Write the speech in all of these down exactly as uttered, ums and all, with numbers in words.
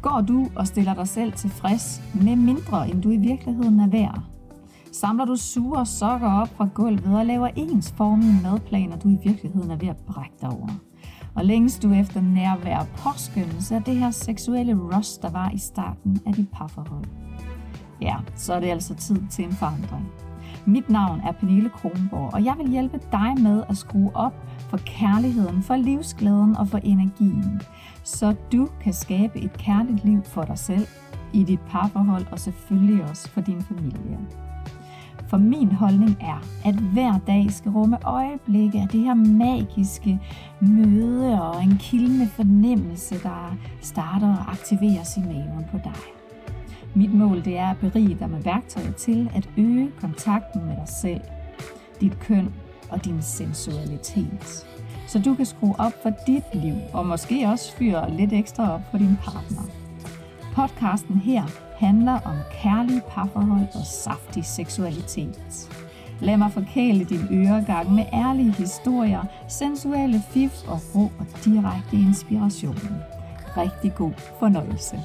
Går du og stiller dig selv tilfreds med mindre, end du i virkeligheden er værd? Samler du sure sokker op fra gulvet og laver ensformige madplaner, du i virkeligheden er ved at brække dig over? Og længes du efter nærvær og påskyndelse af det her seksuelle rush, der var i starten af dit parforhold? Ja, så er det altså tid til en forandring. Mit navn er Pernille Kronborg, og jeg vil hjælpe dig med at skrue op for kærligheden, for livsglæden og for energien, så du kan skabe et kærligt liv for dig selv, i dit parforhold og selvfølgelig også for din familie. For min holdning er, at hver dag skal rumme øjeblikke af det her magiske møde og en kildende fornemmelse, der starter og aktiveres i maven på dig. Mit mål det er at berige dig med værktøjer til at øge kontakten med dig selv, dit køn og din sensualitet. Så du kan skrue op for dit liv og måske også fyre lidt ekstra op for din partner. Podcasten her handler om kærlige parforhold og saftig seksualitet. Lad mig forkæle din øregang med ærlige historier, sensuelle fif og ro og direkte inspiration. Rigtig god fornøjelse.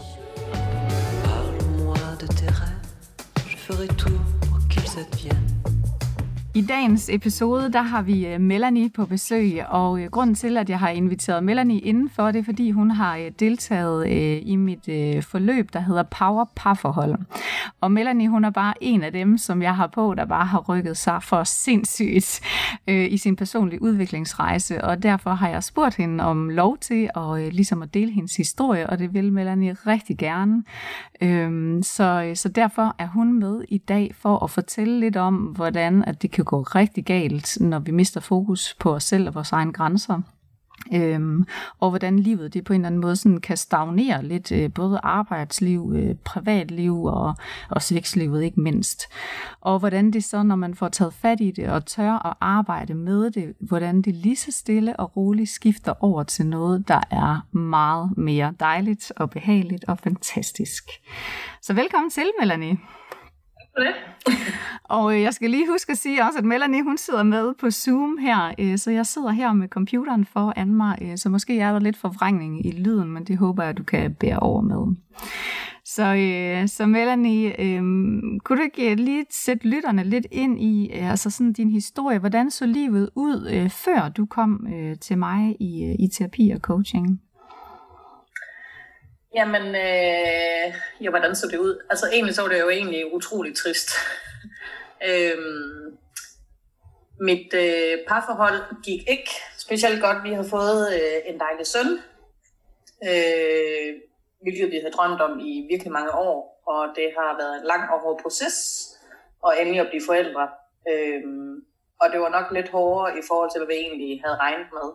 I dagens episode, der har vi Melanie på besøg, og grunden til, at jeg har inviteret Melanie indenfor, det er, fordi hun har deltaget i mit forløb, der hedder Power Parforhold. Og Melanie, hun er bare en af dem, som jeg har på, der bare har rykket sig for sindssygt i sin personlige udviklingsrejse, og derfor har jeg spurgt hende om lov til at, ligesom at dele hendes historie, og det vil Melanie rigtig gerne. Så, så derfor er hun med i dag for at fortælle lidt om, hvordan at det kan gå rigtig galt, når vi mister fokus på os selv og vores egne grænser. Øhm, og hvordan livet det på en eller anden måde sådan kan stagnere lidt, øh, både arbejdsliv, øh, privatliv og, og sexlivet ikke mindst. Og hvordan det så, når man får taget fat i det og tør at arbejde med det, hvordan det lige så stille og roligt skifter over til noget, der er meget mere dejligt og behageligt og fantastisk. Så velkommen til, Melanie. Det. Og jeg skal lige huske at sige også, at Melanie hun sidder med på Zoom her, så jeg sidder her med computeren foran mig, så måske er der lidt forvrængning i lyden, men det håber jeg, at du kan bære over med. Så, så Melanie, øh, kunne du ikke lige sætte lytterne lidt ind i altså sådan din historie, hvordan så livet ud, øh, før du kom øh, til mig i, i terapi og coaching? Jamen, øh, ja, hvordan så det ud? Altså egentlig så var det jo egentlig utroligt trist. øhm, mit øh, parforhold gik ikke specielt godt. Vi har fået øh, en dejlig søn, øh, hvilket vi havde drømt om i virkelig mange år. Og det har været en lang og hård proces at endelig at blive forældre. Øhm, og det var nok lidt hårdere i forhold til, hvad vi egentlig havde regnet med.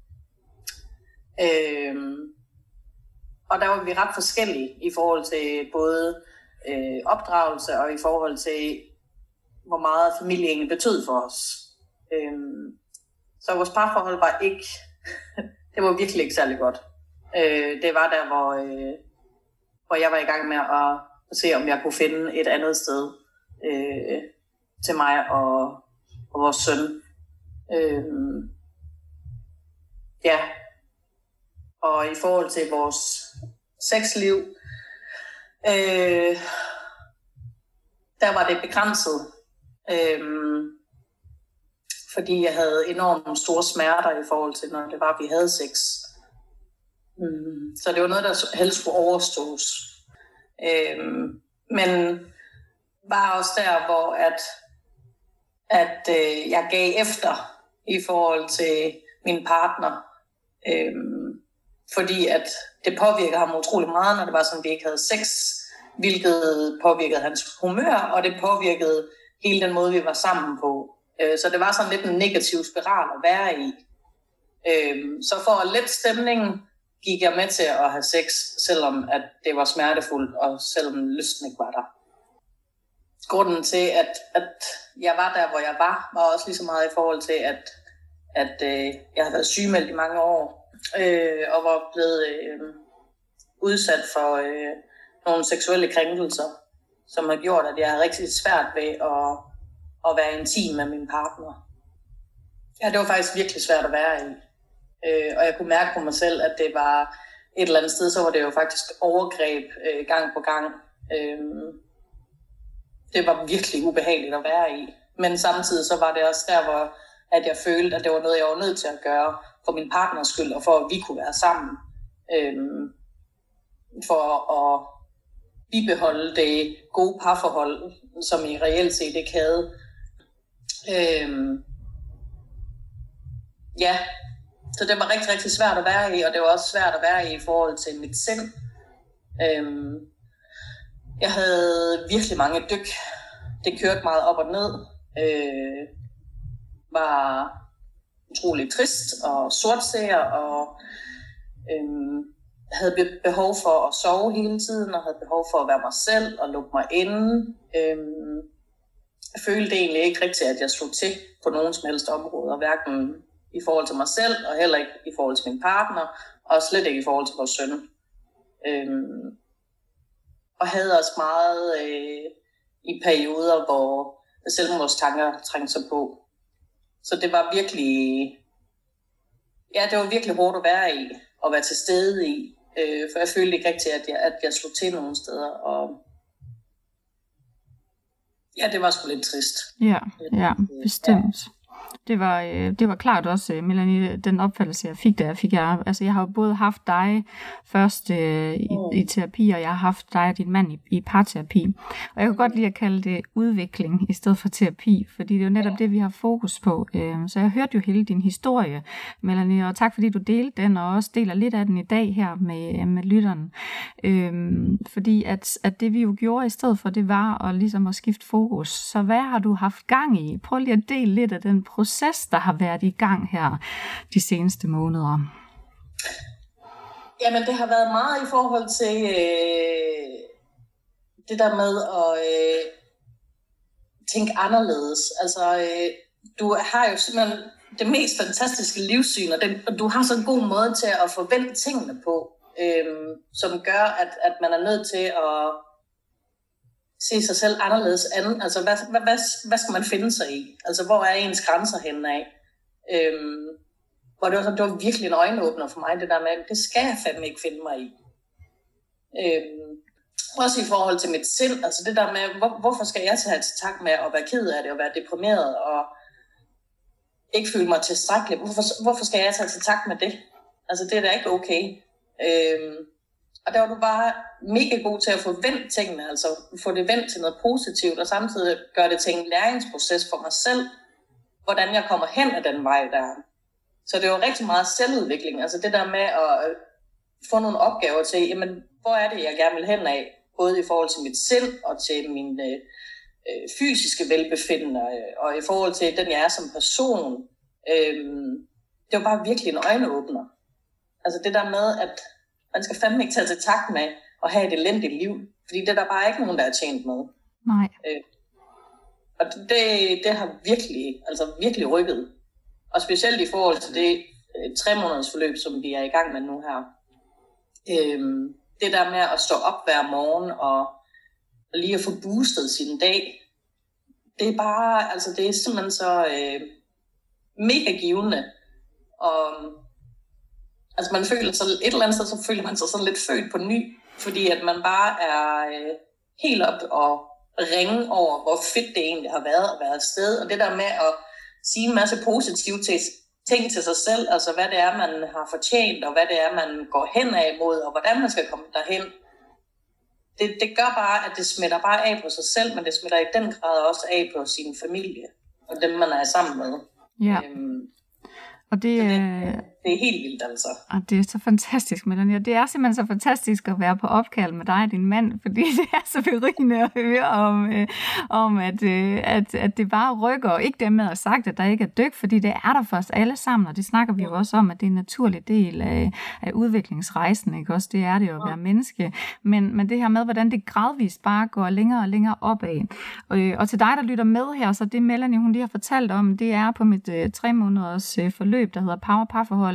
Øhm, Og der var vi ret forskellige i forhold til både øh, opdragelse og i forhold til, hvor meget familie egentlig betød for os. Øhm, så vores parforhold var ikke, det var virkelig ikke særlig godt. Øh, det var der, hvor, øh, hvor jeg var i gang med at, at se, om jeg kunne finde et andet sted øh, til mig og, og vores søn. Øhm, ja. Og i forhold til vores sexliv, øh, der var det begrænset, øh, fordi jeg havde enormt store smerter i forhold til, når det var, vi havde sex. Mm, så det var noget, der helst skulle overstås. Øh, men var også der, hvor at, at øh, jeg gav efter i forhold til min partner. Øh, Fordi at det påvirkede ham utrolig meget, når det var sådan, at vi ikke havde sex, hvilket påvirkede hans humør, og det påvirkede hele den måde, vi var sammen på. Så det var sådan lidt en negativ spiral at være i. Så for at lette stemningen, gik jeg med til at have sex, selvom at det var smertefuldt, og selvom lysten ikke var der. Grunden til, at, at jeg var der, hvor jeg var, var også lige så meget i forhold til, at, at jeg havde været sygemeldt i mange år, Øh, og var blevet øh, udsat for øh, nogle seksuelle krænkelser, som har gjort, at jeg er rigtig svært ved at, at være intim med min partner. Ja, det var faktisk virkelig svært at være i. Øh, og jeg kunne mærke på mig selv, at det var et eller andet sted, så var det jo faktisk overgreb øh, gang på gang. Øh, det var virkelig ubehageligt at være i. Men samtidig så var det også der, hvor at jeg følte, at det var noget, jeg var nødt til at gøre for min partners skyld, og for at vi kunne være sammen. Øh, for at bibeholde det gode parforhold, som I reelt set ikke havde. Øhm, ja, så det var rigtig, rigtig svært at være i, og det var også svært at være i i forhold til mit sind. Øhm, jeg havde virkelig mange dyk. Det kørte meget op og ned. Øh, var utrolig trist og sortseer, og øhm, havde behov for at sove hele tiden, og havde behov for at være mig selv og lukke mig inde. Øhm, jeg følte egentlig ikke rigtigt, at jeg slog til på nogen som helst områder, hverken i forhold til mig selv, og heller ikke i forhold til min partner, og slet ikke i forhold til vores søn. Øhm, og havde også meget øh, i perioder, hvor selvmordstanker trængte sig på. Så det var virkelig, ja, det var virkelig hårdt at være i, og være til stede i. Øh, for jeg følte ikke rigtigt, at jeg, at jeg slog til nogle steder, og ja, det var sgu lidt trist. Ja, ja, bestemt. Ja. Det var, det var klart også, Melanie, den opfattelse, jeg fik der. Fik jeg, altså, jeg har jo både haft dig først øh, i, i terapi, og jeg har haft dig og din mand i, i parterapi. Og jeg kan godt lide at kalde det udvikling i stedet for terapi, fordi det er jo netop det, vi har fokus på. Så jeg hørte jo hele din historie, Melanie, og tak fordi du delte den, og også deler lidt af den i dag her med, med lytteren. Øhm, fordi at, at det vi jo gjorde i stedet for, det var at, ligesom at skifte fokus. Så hvad har du haft gang i? Prøv lige at dele lidt af den proces, der har været i gang her de seneste måneder. Jamen, det har været meget i forhold til øh, det der med at øh, tænke anderledes. Altså, øh, du har jo simpelthen det mest fantastiske livssyn, og, den, og du har så en god måde til at forvente tingene på, øh, som gør, at, at man er nødt til at se sig selv anderledes an. Altså, hvad, hvad, hvad, hvad skal man finde sig i? Altså, hvor er ens grænser henne af? Øhm, hvor det var, det var virkelig en øjenåbner for mig, det der med, det skal jeg fandme ikke finde mig i. Øhm, også i forhold til mit sind, altså det der med, hvor, hvorfor skal jeg tage til tak med at være ked af det, og være deprimeret, og ikke føle mig tilstrækkelig? Hvorfor, hvorfor skal jeg tage til tak med det? Altså, det er da ikke okay. Øhm, Og der var du bare mega god til at få vendt tingene, altså få det vendt til noget positivt, og samtidig gøre det til en læringsproces for mig selv, hvordan jeg kommer hen ad den vej der. Så det var rigtig meget selvudvikling, altså det der med at få nogle opgaver til, jamen, hvor er det, jeg gerne vil hen af, både i forhold til mit sind og til min øh, fysiske velbefindende, og i forhold til den, jeg er som person. Øhm, det var bare virkelig en øjenåbner. Altså det der med, at man skal fandme ikke tage til takt med at have et elendigt liv, fordi det er der bare ikke nogen, der er tjent med. Nej. Øh, og det, det har virkelig, altså virkelig rykket. Og specielt i forhold til det øh, tre måneders forløb, som vi er i gang med nu her. Øh, det der med at stå op hver morgen og, og lige at få boostet sin dag, det er bare, altså det er simpelthen så øh, mega givende. Og altså man føler sig et eller andet sted, så føler man sig sådan lidt født på ny, fordi at man bare er øh, helt op og ringe over, hvor fedt det egentlig har været at være afsted. Og det der med at sige en masse positive ting til sig selv, altså hvad det er, man har fortjent, og hvad det er, man går hen af imod, og hvordan man skal komme derhen. Det, det gør bare, at det smitter bare af på sig selv, men det smitter i den grad også af på sin familie, og dem man er sammen med. Ja. Øhm, Og det, det, det er helt vildt, altså. Og det er så fantastisk, Melanie. Det er simpelthen så fantastisk at være på opkald med dig og din mand, fordi det er så berigende at høre om, øh, om at, øh, at, at det bare rykker, og ikke det med at have sagt, at der ikke er dyk, fordi det er der for os alle sammen, og det snakker vi jo også om, at det er en naturlig del af, af udviklingsrejsen, ikke også? Det er det jo at være menneske. Men, men det her med, hvordan det gradvist bare går længere og længere opad. Og, og til dig, der lytter med her, så det Melanie, hun lige har fortalt om, det er på mit øh, tre måneders øh, forløb, der hedder Power Parforhold,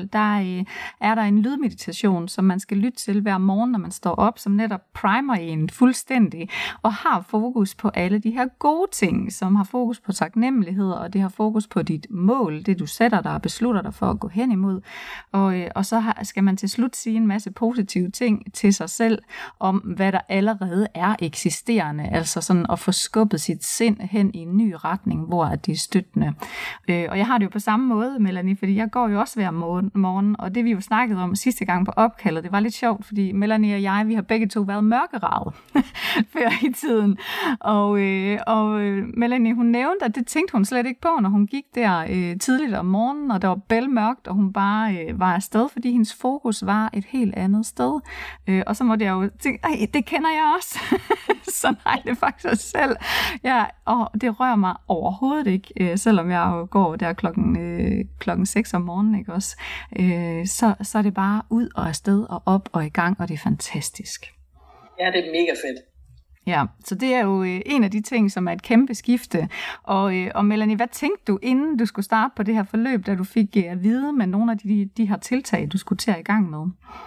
forhold, der øh, er der en lydmeditation, som man skal lytte til hver morgen, når man står op, som netop primer en fuldstændig, og har fokus på alle de her gode ting, som har fokus på taknemmelighed, og det har fokus på dit mål, det du sætter dig og beslutter dig for at gå hen imod. Og, øh, og så har, skal man til slut sige en masse positive ting til sig selv, om hvad der allerede er eksisterende, altså sådan at få skubbet sit sind hen i en ny retning, hvor det er støttende. Øh, og jeg har det jo på samme måde, Melanie, fordi jeg går jo også hver morgen, og det vi jo snakkede om sidste gang på opkaldet, det var lidt sjovt, fordi Melanie og jeg, vi har begge to været mørkeraget før i tiden. Og, øh, og Melanie, hun nævnte, at det tænkte hun slet ikke på, når hun gik der øh, tidligt om morgenen, og der var bælmørkt, og hun bare øh, var afsted, fordi hendes fokus var et helt andet sted. Øh, og så måtte jeg jo tænke, ej, det kender jeg også. Så nej, det er faktisk selv. Ja, og det rører mig overhovedet ikke, øh, selvom jeg jo går der klokken, øh, klokken seks om morgenen, ikke også? Øh, så, så er det bare ud og afsted og op og i gang, og det er fantastisk. Ja, det er mega fedt. Ja, så det er jo øh, en af de ting, som er et kæmpe skifte. Og, øh, og Melanie, hvad tænkte du, inden du skulle starte på det her forløb, da du fik øh, at vide med nogle af de, de her tiltag, du skulle til at i gang med?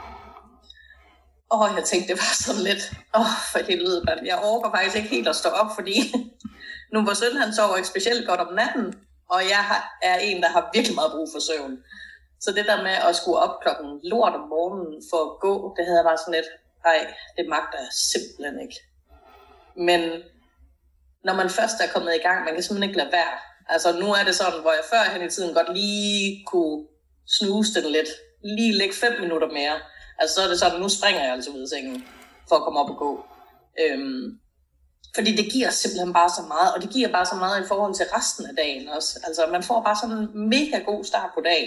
Åh, oh, jeg tænkte, det var sådan lidt, åh, oh, for helvede, men jeg overgår faktisk ikke helt at stå op, fordi nu var søn, han sover ikke specielt godt om natten, og jeg er en, der har virkelig meget brug for søvn. Så det der med at skulle op klokken lort om morgenen for at gå, det havde jeg bare sådan lidt, ej, det magter jeg simpelthen ikke. Men når man først er kommet i gang, man kan simpelthen ikke lade være. Altså nu er det sådan, hvor jeg før hen i tiden godt lige kunne snuse den lidt, lige lægge fem minutter mere. Altså så er det sådan, nu springer jeg altså ud af sengen for at komme op og gå. Øhm, fordi det giver simpelthen bare så meget, og det giver bare så meget i forhold til resten af dagen også. Altså man får bare sådan en mega god start på dagen.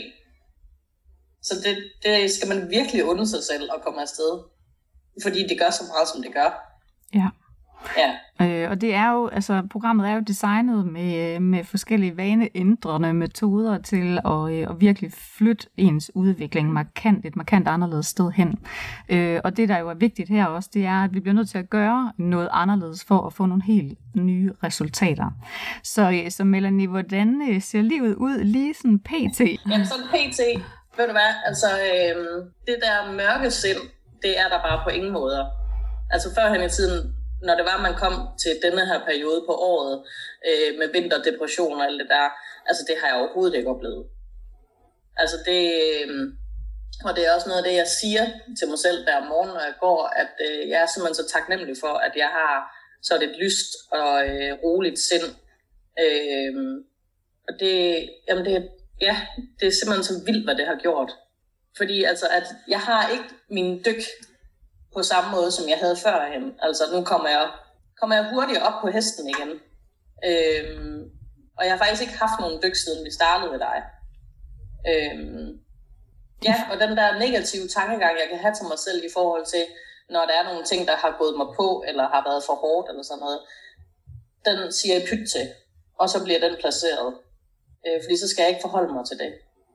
Så det, det skal man virkelig unde sig selv at komme afsted. Fordi det gør så meget, som det gør. Ja. Ja. Øh, og det er jo, altså programmet er jo designet med, med forskellige vaneændrende metoder til at, øh, at virkelig flytte ens udvikling markant, et markant anderledes sted hen. Øh, og det der jo er vigtigt her også, det er, at vi bliver nødt til at gøre noget anderledes for at få nogle helt nye resultater. Så, øh, så Melanie, hvordan øh, ser livet ud lige sådan pt? Jamen sådan pt, ved du hvad, altså øh, det der mørke sind, det er der bare på ingen måder. Altså førhen i tiden, når det var, man kom til denne her periode på året øh, med vinterdepression og alt det der, altså det har jeg overhovedet ikke oplevet. Altså det, øh, og det er også noget af det, jeg siger til mig selv der om morgenen, når jeg går, at øh, jeg er simpelthen så taknemmelig for, at jeg har så et lyst og øh, roligt sind. Øh, og det, jamen det, ja, det er simpelthen så vildt, hvad det har gjort. Fordi altså, at jeg har ikke min dyk på samme måde, som jeg havde førhen. Altså, nu kommer jeg, kommer jeg hurtigt op på hesten igen. Øhm, og jeg har faktisk ikke haft nogen dyk, siden vi startede med dig. Øhm, ja, og den der negative tankegang, jeg kan have til mig selv i forhold til, når der er nogle ting, der har gået mig på, eller har været for hårdt, eller sådan noget, den siger jeg pyt til, og så bliver den placeret. Øh, fordi så skal jeg ikke forholde mig til det.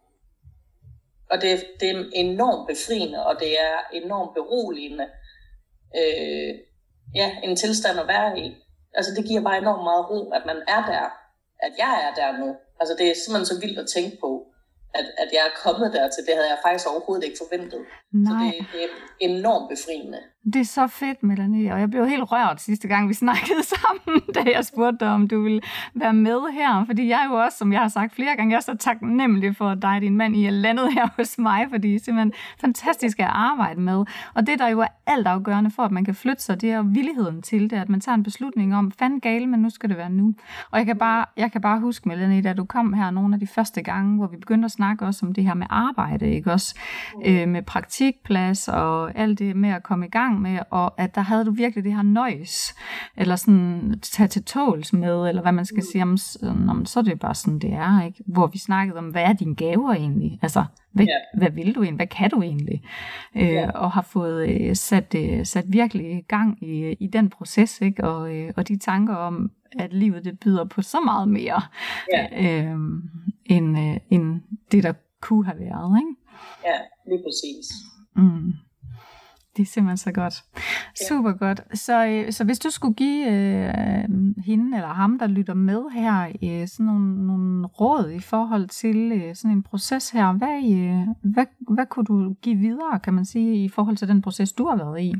Og det, det er enormt befriende, og det er enormt beroligende. Øh, ja, en tilstand at være i. Altså det giver bare enormt meget ro, at man er der. At jeg er der nu. Altså det er simpelthen så vildt at tænke på, at, at jeg er kommet dertil. Det havde jeg faktisk overhovedet ikke forventet. Nej. Så det, det er enormt befriende. Det er så fedt, Melanie, og jeg blev helt rørt sidste gang, vi snakkede sammen, da jeg spurgte dig, om du ville være med her. Fordi jeg er jo også, som jeg har sagt flere gange, jeg er så taknemmelig for dig og din mand, I er landet her hos mig, fordi I er simpelthen fantastisk at arbejde med. Og det, der jo er altafgørende for, at man kan flytte sig, det er villigheden til det, at man tager en beslutning om, fanden gale, men nu skal det være nu. Og jeg kan bare, jeg kan bare huske, Melanie, da du kom her nogle af de første gange, hvor vi begyndte at snakke også om det her med arbejde, ikke også? Øh, med praktikplads og alt det med at komme i gang med, og at der havde du virkelig det her nøjes, eller sådan tage til tåls med, eller hvad man skal sige, om, om, så er det bare sådan, det er, ikke? Hvor vi snakkede om, hvad er dine gaver egentlig? Altså, hvad, ja. hvad vil du egentlig? Hvad kan du egentlig? Ja. Øh, og har fået øh, sat, øh, sat virkelig gang i, i den proces, ikke? Og, øh, og de tanker om, at livet det byder på så meget mere, ja. øh, end, øh, end det, der kunne have været, ikke? Ja, lige præcis. Mm. Det er simpelthen så godt. Ja. Super godt. Så, øh, så hvis du skulle give øh, hende eller ham, der lytter med her, øh, sådan nogle, nogle råd i forhold til øh, sådan en proces her, hvad, øh, hvad, hvad kunne du give videre, kan man sige, i forhold til den proces, du har været i?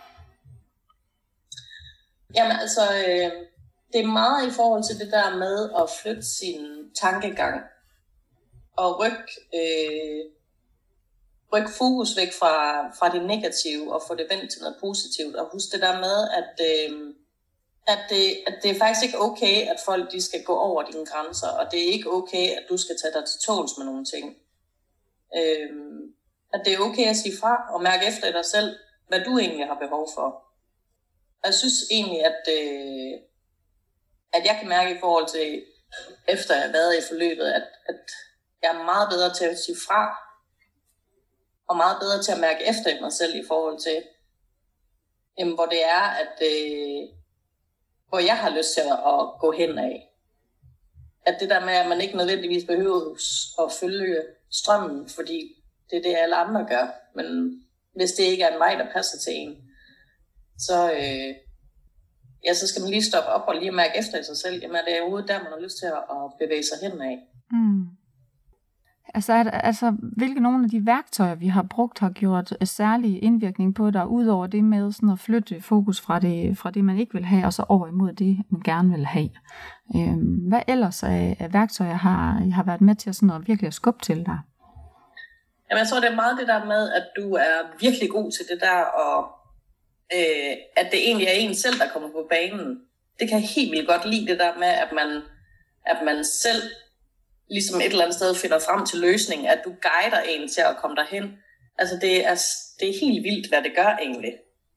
Jamen altså, øh, det er meget i forhold til det der med at flytte sin tankegang og rykke... Øh, rykke fokus væk fra, fra det negative og få det vendt til noget positivt. Og husk det der med, at, øh, at, det, at det er faktisk ikke okay, at folk de skal gå over dine grænser, og det er ikke okay, at du skal tage dig til tåls med nogle ting. Øh, at det er okay at sige fra og mærke efter i dig selv, hvad du egentlig har behov for. Jeg synes egentlig, at, øh, at jeg kan mærke i forhold til, efter jeg har været i forløbet, at, at jeg er meget bedre til at sige fra, og meget bedre til at mærke efter i mig selv i forhold til, jamen, hvor det er, at øh, hvor jeg har lyst til at, at gå hen af. At det der med, at man ikke nødvendigvis behøver at følge strømmen, fordi det er det, alle andre gør. Men hvis det ikke er en vej, der passer til en, så, øh, ja, så skal man lige stoppe op og lige mærke efter i sig selv. Jamen, det er overhovedet der, man har lyst til at, at bevæge sig hen af. Mm. Altså, at, altså, hvilke nogle af de værktøjer, vi har brugt, har gjort særlig indvirkning på dig, udover det med sådan at flytte fokus fra det, fra det, man ikke vil have, og så over imod det, man gerne vil have. Øhm, hvad ellers af, af værktøjer har, har været med til at, sådan at virkelig at skubbe til dig? Jamen, jeg tror, det er meget det der med, at du er virkelig god til det der, og øh, at det egentlig er en selv, der kommer på banen. Det kan jeg helt vildt godt lide, det der med, at man, at man selv ligesom et eller andet sted finder frem til løsningen, at du guider en til at komme derhen. Altså det er, det er helt vildt, hvad det gør egentlig.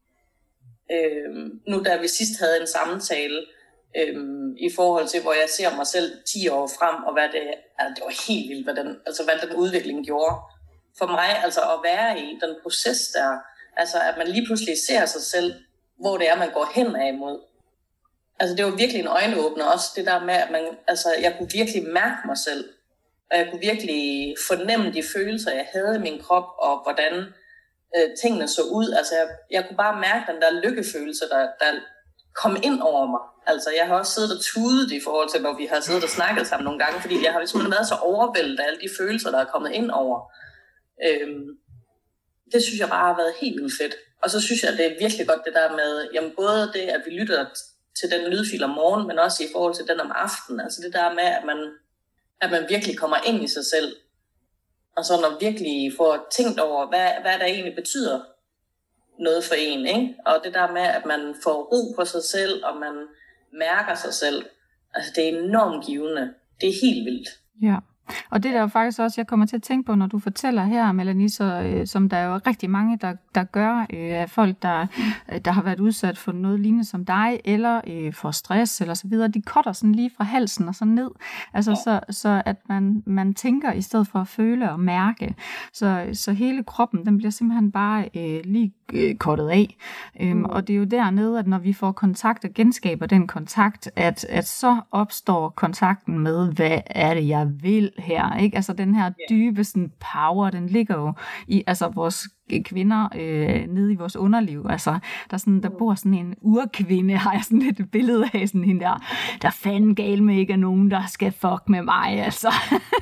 Øhm, nu da vi sidst havde en samtale øhm, i forhold til, hvor jeg ser mig selv ti år frem, og hvad det, altså det var helt vildt, hvad den, altså hvad den udvikling gjorde. For mig altså at være i den proces der, altså at man lige pludselig ser sig selv, hvor det er, man går hen af imod. Altså det var virkelig en øjenåbner også, det der med, at man, altså, jeg kunne virkelig mærke mig selv. Og jeg kunne virkelig fornemme de følelser, jeg havde i min krop, og hvordan øh, tingene så ud. Altså jeg, jeg kunne bare mærke den der lykkefølelse, der, der kom ind over mig. Altså jeg har også siddet og tudet i forhold til, hvor vi har siddet og snakket sammen nogle gange, fordi jeg har simpelthen været så overvældet af alle de følelser, der er kommet ind over. Øhm, det synes jeg bare har været helt vildt fedt. Og så synes jeg, at det er virkelig godt det der med, jamen både det, at vi lytter til den lydfil om morgenen, men også i forhold til den om aftenen. Altså det der med, at man, at man virkelig kommer ind i sig selv. Og så når virkelig får tænkt over, hvad, hvad der egentlig betyder noget for en. Ikke? Og det der med, at man får ro på sig selv, og man mærker sig selv. Altså det er enormt givende. Det er helt vildt. Ja. Og det er der jo faktisk også, jeg kommer til at tænke på, når du fortæller her, Melanie, så, øh, som der er jo rigtig mange, der, der gør, øh, af folk, der, øh, der har været udsat for noget lignende som dig, eller øh, for stress, eller så videre, de cutter sådan lige fra halsen og så ned. Altså, så, så at man, man tænker, i stedet for at føle og mærke. Så, så hele kroppen, den bliver simpelthen bare øh, lige øh, cuttet af. Øhm, mm. Og det er jo dernede, at når vi får kontakt og genskaber den kontakt, at, at så opstår kontakten med, hvad er det, jeg vil her, ikke? Altså den her dybe sådan, power, den ligger jo i altså vores kvinder øh, nede i vores underliv. Altså der sådan der bor sådan en urkvinde, har jeg sådan et billede af sådan hende der. Der fanden gal med ikke er nogen, der skal fuck med mig, altså.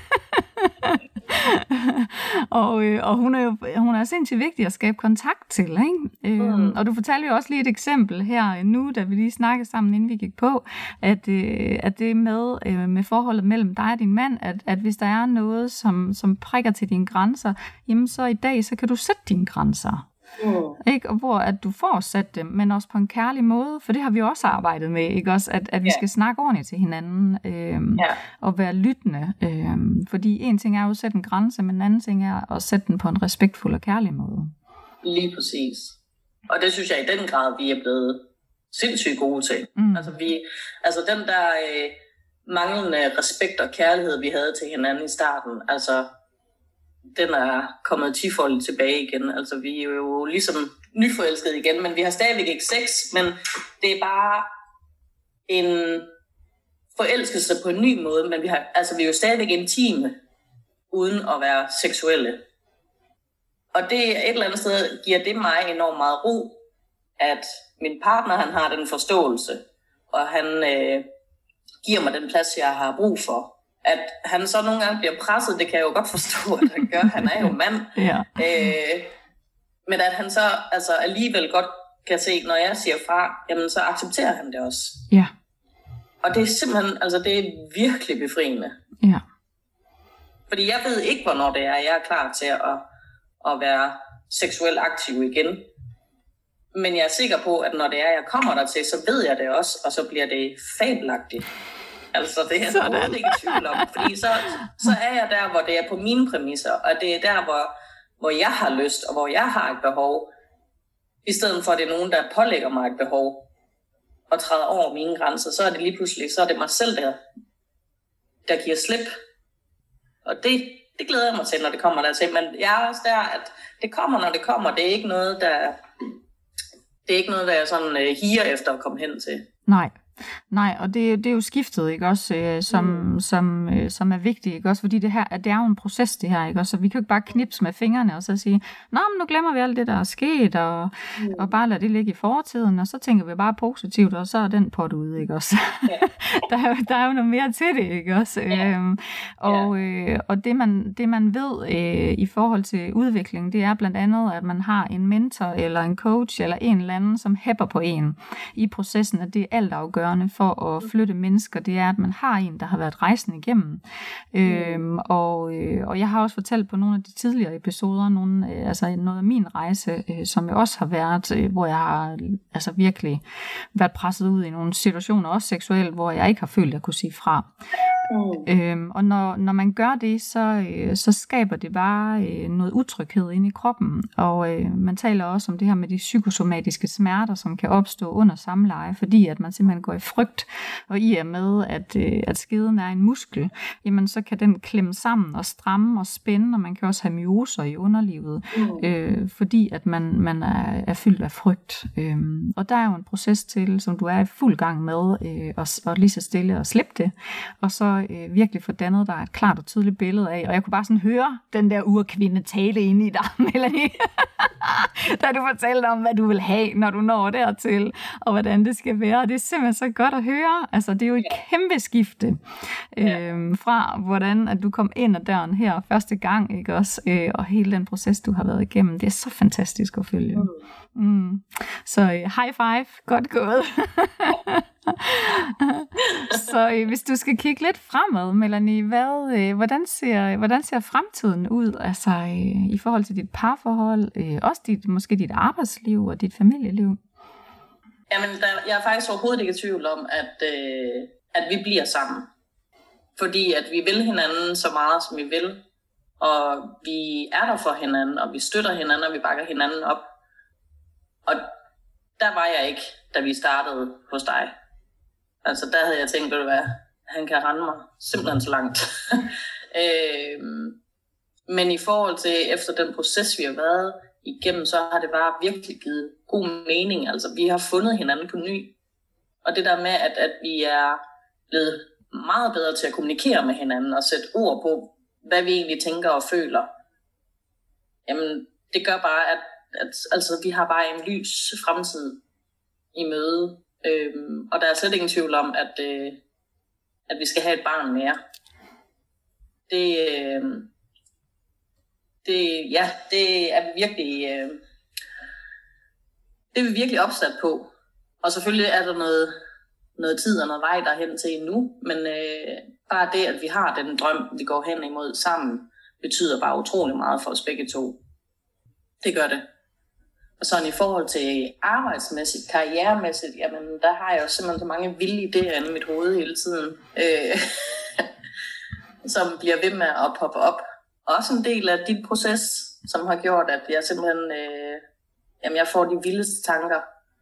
og, øh, og hun er jo hun er sindssygt vigtig at skabe kontakt til, ikke? Mm. Øhm, og du fortalte jo også lige et eksempel her nu, da vi lige snakkede sammen, inden vi gik på, at, øh, at det med, øh, med forholdet mellem dig og din mand, at, at hvis der er noget, som, som prikker til dine grænser, jamen så i dag, så kan du sætte dine grænser. Mm. Ikke? Og hvor at du får sat dem, men også på en kærlig måde, for det har vi også arbejdet med, ikke også, at, at vi yeah. skal snakke ordentligt til hinanden øhm, yeah. og være lyttende, øhm, fordi en ting er jo at sætte en grænse, men en anden ting er at sætte den på en respektfuld og kærlig måde. Lige præcis. Og det synes jeg i den grad, vi er blevet sindssygt gode til. Mm. Altså, vi, altså den der øh, manglende respekt og kærlighed, vi havde til hinanden i starten, altså den er kommet tifoldigt tilbage igen. Altså, vi er jo ligesom nyforelskede igen, men vi har stadigvæk ikke sex, men det er bare en forelskelse på en ny måde, men vi, har, altså, vi er jo stadigvæk intime, uden at være seksuelle. og det et eller andet sted giver det mig enormt meget ro, at min partner, han har den forståelse, og han øh, giver mig den plads, jeg har brug for. At han så nogle gange bliver presset, det kan jeg jo godt forstå, at han gør. Han er jo mand. Ja. Øh, men at han så altså, alligevel godt kan se, når jeg siger fra, jamen så accepterer han det også. Ja. Og det er simpelthen, altså det er virkelig befriende. Ja. Fordi jeg ved ikke, hvornår det er, jeg er klar til at, at være seksuelt aktiv igen. Men jeg er sikker på, at når det er, jeg kommer der til, så ved jeg det også, og så bliver det fabelagtigt. Altså det er jeg overhovedet ikke i tvivl om, fordi så, så er jeg der, hvor det er på mine præmisser, og det er der, hvor, hvor jeg har lyst, og hvor jeg har et behov, i stedet for at det er nogen, der pålægger mig et behov, og træder over mine grænser, så er det lige pludselig, så er det mig selv, der, der giver slip. Og det, det glæder jeg mig til, når det kommer dertil, men jeg er også der, at det kommer, når det kommer, det er ikke noget, der, det er ikke noget, der jeg sådan uh, higer efter at komme hen til. Nej. Nej, og det, det er jo skiftet, ikke også, øh, som, mm. som, øh, som er vigtigt, ikke også, fordi det her, det er jo en proces, det her, ikke også, så vi kan jo ikke bare knipse med fingrene og så sige, nå, men nu glemmer vi alt det, der er sket, og, mm. og bare lade det ligge i fortiden, og så tænker vi bare positivt, og så er den pot ude, ikke også. Ja. der, er, der er jo noget mere til det, ikke også. Ja. Øhm, og, øh, og det man, det man ved øh, i forhold til udvikling, det er blandt andet, at man har en mentor, eller en coach, eller en eller anden, som hæpper på en i processen, at det er altafgørende for at flytte mennesker, det er, at man har en, der har været rejsende igennem. Mm. Øhm, og, øh, og jeg har også fortalt på nogle af de tidligere episoder, nogle, øh, altså noget af min rejse, øh, som jeg også har været, øh, hvor jeg har altså virkelig været presset ud i nogle situationer, også seksuelt, hvor jeg ikke har følt, at jeg kunne sige fra. Mm. Øhm, og når, når man gør det, så, øh, så skaber det bare øh, noget utryghed inde i kroppen. Og øh, man taler også om det her med de psykosomatiske smerter, som kan opstå under samleje, fordi at man simpelthen går i frygt. Og i og med, at, øh, at skeden er en muskel, jamen så kan den klemme sammen og stramme og spænde, og man kan også have myoser i underlivet, mm. øh, fordi at man, man er, er fyldt af frygt. Øhm, og der er jo en proces til, som du er i fuld gang med, øh, og, og lige så stille og slippe det, og så øh, virkelig få dannet dig et klart og tydeligt billede af, og jeg kunne bare sådan høre den der urkvinde tale inde i dig, Melanie, da du fortalte om, hvad du vil have, når du når dertil, og hvordan det skal være, og det er simpelthen så godt at høre, altså det er jo et kæmpe skifte, øh, fra hvordan at du kom ind ad døren her første gang, ikke også, øh, og hele den proces, du har været igennem, det er så fantastisk at følge. Mm. Så øh, high five, godt gået. Så øh, hvis du skal kigge lidt fremad, Melanie, hvad, øh, hvordan, ser, hvordan ser fremtiden ud, altså øh, i forhold til dit parforhold, øh, også dit, måske dit arbejdsliv og dit familieliv? Jamen, der, jeg er faktisk overhovedet ikke i tvivl om, at, øh, at vi bliver sammen. Fordi at vi vil hinanden så meget, som vi vil, og vi er der for hinanden, og vi støtter hinanden, og vi bakker hinanden op. Og der var jeg ikke, da vi startede hos dig. Altså der havde jeg tænkt, ved du hvad, han kan rende mig simpelthen så langt. øhm, men i forhold til, efter den proces, vi har været igennem, så har det bare virkelig givet god mening. Altså vi har fundet hinanden på ny. Og det der med, at, at vi er blevet meget bedre til at kommunikere med hinanden, og sætte ord på, hvad vi egentlig tænker og føler. Jamen, det gør bare, at, at altså, vi har bare en lys fremtid i møde. Øhm, og der er slet ingen tvivl om, at, øh, at vi skal have et barn mere. Det, øh, det, ja, det er vi virkelig, øh, det er vi virkelig opsat på. Og selvfølgelig er der noget, noget tid og noget vej derhen til endnu, men øh, bare det, at vi har den drøm, vi går hen imod sammen, betyder bare utrolig meget for os begge to. Det gør det. Og sådan i forhold til arbejdsmæssigt, karrieremæssigt, jamen der har jeg jo simpelthen så mange vilde idéer inde i mit hoved hele tiden, øh, som bliver ved med at poppe op. Også en del af dit proces, som har gjort, at jeg simpelthen, øh, jamen jeg får de vildeste tanker.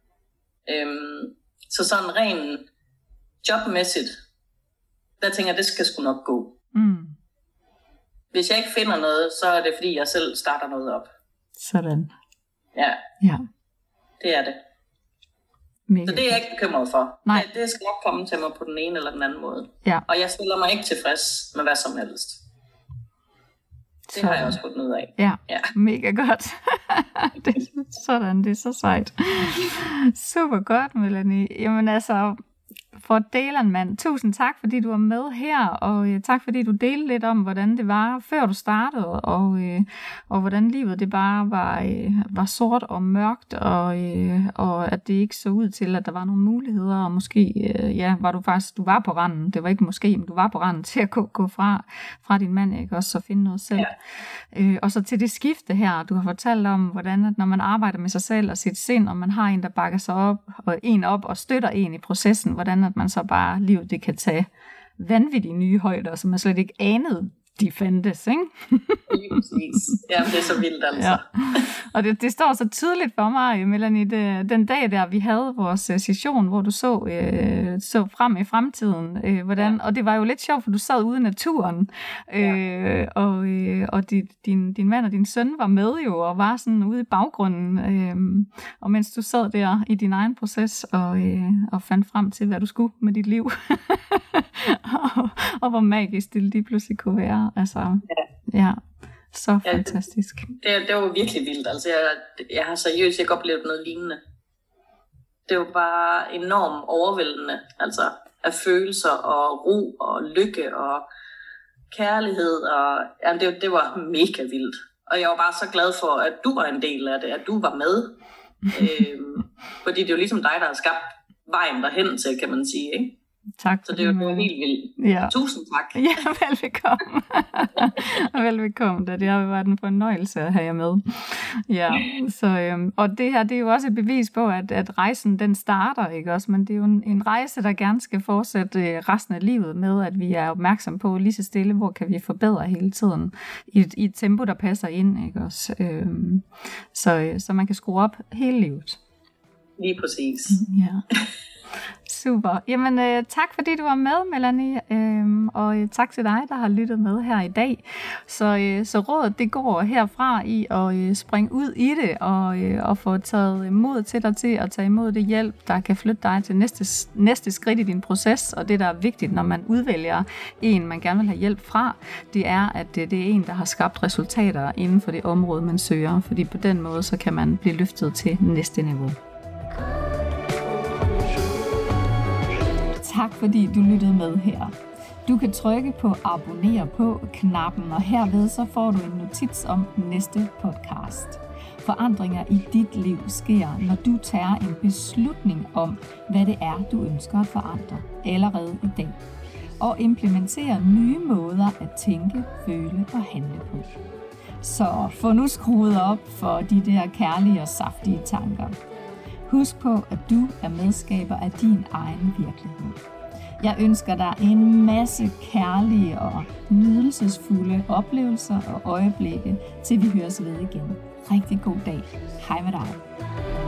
Øh, så sådan rent jobmæssigt, der tænker jeg, det skal sgu nok gå. Mm. Hvis jeg ikke finder noget, så er det fordi, jeg selv starter noget op. Sådan. Ja, ja. Det er det. Mega. Så det er jeg ikke bekymret for. Nej. Det, det skal nok komme til mig på den ene eller den anden måde. Ja. Og jeg stiller mig ikke tilfreds med hvad som helst. Det har jeg også fået noget af. Ja, ja. Mega godt. det, sådan, det er så sejt. Super godt, Melanie. Jamen altså, for deleren, mand. Tusind tak, fordi du var med her, og øh, tak, fordi du delte lidt om, hvordan det var, før du startede, og, øh, og hvordan livet det bare var, øh, var sort og mørkt, og, øh, og at det ikke så ud til, at der var nogle muligheder, og måske, øh, ja, var du faktisk, du var på randen, det var ikke måske, men du var på randen til at gå, gå fra, fra din mand, ikke, også, og finde noget selv. Ja. Øh, og så til det skifte her, du har fortalt om, hvordan at når man arbejder med sig selv og sit sind, og man har en, der bakker sig op, og en op og støtter en i processen, hvordan at man så bare, livet det kan tage vanvittige nye højder, som man slet ikke anede, de fandtes, ikke? Lige præcis. Jamen, det er så vildt, altså. Ja. Og det, det står så tydeligt for mig, Melanie, det, den dag der, vi havde vores session, hvor du så, øh, så frem i fremtiden, øh, hvordan, ja. Og det var jo lidt sjovt, for du sad ude i naturen, øh, ja. og, øh, og dit, din, din mand og din søn var med jo, og var sådan ude i baggrunden, øh, og mens du sad der i din egen proces, og, øh, og fandt frem til, hvad du skulle med dit liv, og, og hvor magisk det lige pludselig kunne være. Altså, ja, ja så ja, fantastisk. Det, det var virkelig vildt. Altså, jeg, jeg har seriøst ikke oplevet noget lignende. Det var bare enormt overvældende. Altså, af følelser og ro og lykke og kærlighed. Og, ja, det, det var mega vildt. Og jeg var bare så glad for, at du var en del af det, at du var med. øhm, fordi det er jo ligesom dig, der har skabt vejen derhen til, kan man sige, ikke? Tak. Så det var helt vildt. Ja. Tusind tak. Ja, velbekomme. velbekomme, da det har været en fornøjelse at have jer med. Ja, så, øhm, og det her, det er jo også et bevis på, at, at rejsen, den starter, ikke også? Men det er jo en, en rejse, der gerne skal fortsætte øh, resten af livet med, at vi er opmærksom på lige så stille, hvor kan vi forbedre hele tiden i et, i et tempo, der passer ind, ikke også? Øhm, så, øh, så man kan skrue op hele livet. Lige præcis. Ja. Super. Jamen, øh, tak fordi du var med, Melanie, øh, og øh, tak til dig, der har lyttet med her i dag. Så, øh, så rådet, det går herfra i at øh, springe ud i det, og, øh, og få taget mod til dig til at tage imod det hjælp, der kan flytte dig til næste, næste skridt i din proces, og det, der er vigtigt, når man udvælger en, man gerne vil have hjælp fra, det er, at det, det er en, der har skabt resultater inden for det område, man søger, fordi på den måde, så kan man blive løftet til næste niveau. Tak fordi du lyttede med her. Du kan trykke på abonner på-knappen, og herved så får du en notits om næste podcast. Forandringer i dit liv sker, når du tager en beslutning om, hvad det er, du ønsker at forandre allerede i dag, og implementerer nye måder at tænke, føle og handle på. Så få nu skruet op for de der kærlige og saftige tanker. Husk på, at du er medskaber af din egen virkelighed. Jeg ønsker dig en masse kærlige og nydelsesfulde oplevelser og øjeblikke, til vi høres ved igen. Rigtig god dag. Hej med dig.